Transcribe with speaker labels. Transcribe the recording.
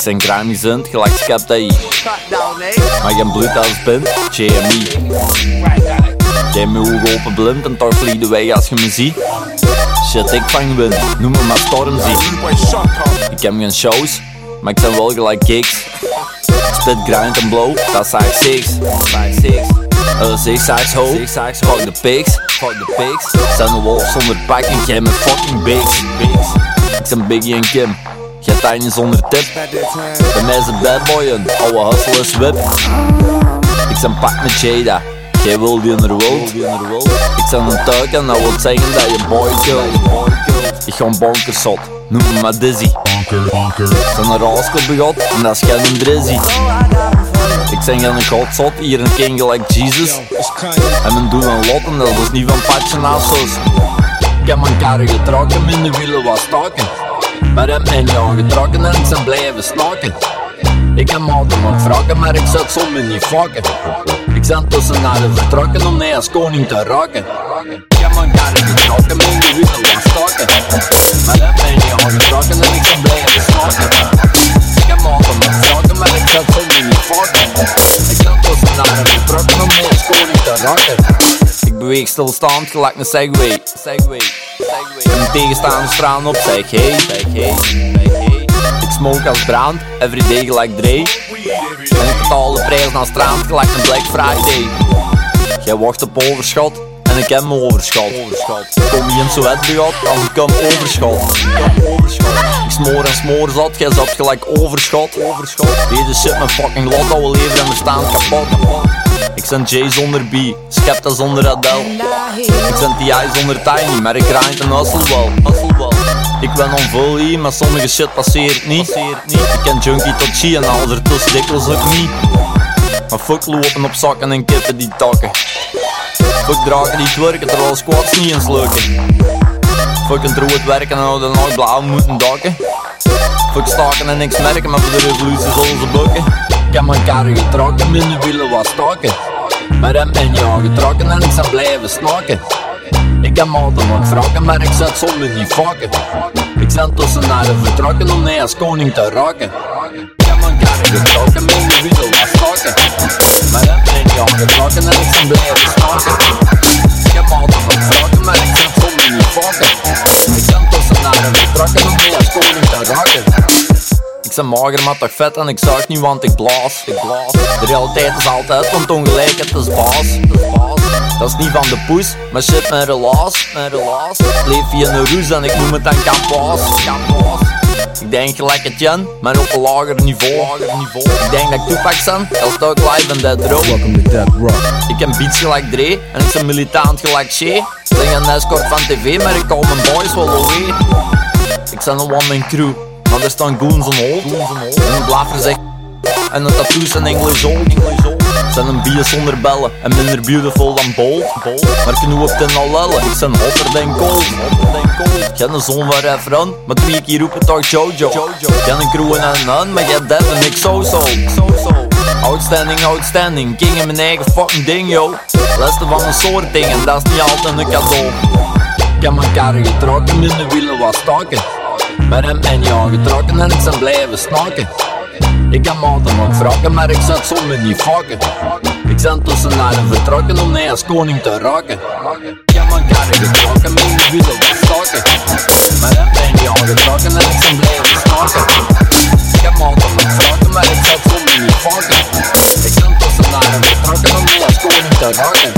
Speaker 1: zijn grammy-zint, gelijk Skep dat je. Maar geen bloed als bent, JME. Jij me ogen open blind en toch vlieg de weg als je me ziet. Shit, ik vang win, noem me maar Stormzy. Ik heb geen shows, maar ik zijn wel gelijk gigs. Spit, grind en blow, dat zeg ik zigzags ho, fuck de pigs. Zijn de wolf zonder pak en jij met fucking bigs. Ik zijn Biggie en Kim, jij tijden zonder tip. Bij mij is de bad boy een oude hustle is whip. Ik zijn pak met Jada, jij wil die in de world. Ik zijn een tuik en dat wil zeggen dat je boy kill. Ik ga een bonkerzot, noem me maar Dizzy. Zijn een raaskop begot en dat is geen drizzy. Ik zijn geen godzot, hier een king gelijk Jesus. En men doet een lot en dat is niet van patje naast zus. Ik heb mijn karren getrokken, mijn wielen was staken. Maar heb mijn jou getrokken en ik zijn blijven snaken. Ik heb altijd nog vragen, maar ik zet soms niet vakken. Ik zijn tussen naar de vertrokken om mij als koning te raken. Ik heb mijn karren getrokken, mijn wielen was staken. Maar heb mij jou getrokken en ik zijn blijven snaken. Ik heb altijd nog vragen, maar ik zet soms niet vakken. Ik zijn tussen naar de vertrokken om mij als koning te raken. Ik beweeg stilstaand gelijk een segway. En mijn tegenstaanders straan op, zeg hey. Ik smoke als brand, everyday gelijk Dre. En ik betaal de prijs naar strand gelijk een Black Friday. Jij wacht op overschot en ik heb mijn overschot. Kom je in zo het begot als ik kom overschot. Ik smoor en smoor zat, jij zat gelijk overschot. Deze shit mijn fucking lotto, we leveren en we staan kapot. Ik zijn Jay zonder B, Skepta zonder Adele. Ik zijn T.I. zonder Tiny, maar ik grind en hustle wel. Ik ben onvol hier, maar sommige shit passeert niet. Ik ken junkie tot chi en alles ertussen dikwijls ook niet. Maar fuck lopen op zakken en kippen die takken. Fuck draken die twerken terwijl squats niet eens leuken. Fuck een het werken en houden nog blauw moeten dakken. Fuck staken en niks merken, maar voor de revolutie zullen ze bukken. Ik heb mijn karren getrokken, mijn wielen was staken. Maar heb mijn jou getrokken en ik zijn blijven snaken. Ik heb altijd nog vragen, maar ik zet zonder niet vakken. Ik zijn tussen naar de vertrokken om mij als koning te raken. Ik heb mijn karren getrokken, mijn wielen was staken. Maar heb mijn jou getrokken en ik zijn blijven snaken. Ik heb altijd nog vragen, maar ik zet zonder niet vakken. Ik zijn tussen naar de vertrokken om mij als koning te raken. Ik zijn mager maar toch vet en ik zag niet want ik blaas. De realiteit is altijd, want ongelijkheid is baas. Dat is niet van de poes, maar shit mijn relaas. Leef je in een roes en ik noem het dan kampaas. Ik denk gelijk het Jen, maar op een lager niveau. Ik denk dat ik Tupac ben, dat is ook live in Dead Row. Ik heb beats gelijk Dre en ik ben militant gelijk Shea. Ik ben een escort van tv, maar ik call mijn boys wel away. Ik ben een one-man crew, maar er staan goons en hoofd. En een blafer zegt en een tattoos zijn English old. Zijn een bier zonder bellen en minder beautiful dan bold. Maar knoe op ten al lellen, ik zijn hotter dan cold. Ik heb een zoon van referent, maar 2 keer roepen toch Jojo. Ik heb een crew en een hun, maar jij dead en ik so. Outstanding, king in mijn eigen fucking ding yo. Lessen van een soort ding en dat is niet altijd een cadeau. Ik heb mijn karren getrokken, mijn wielen was staken. Maar heb mijn jou getrokken en ik zijn blijven snaken. Ik heb altijd nog vragen, maar ik zet zonder niet vakken. Ik zijn tussen naar de vertrokken om mij als koning te raken. Ik heb mijn karren getrokken, mijn wielen was staken. Maar heb mijn jou getrokken en ik zijn blijven snaken. Ik heb altijd nog vragen, maar ik zet zonder niet vakken. Ik zijn tussen naar de vertrokken om mij als koning te raken.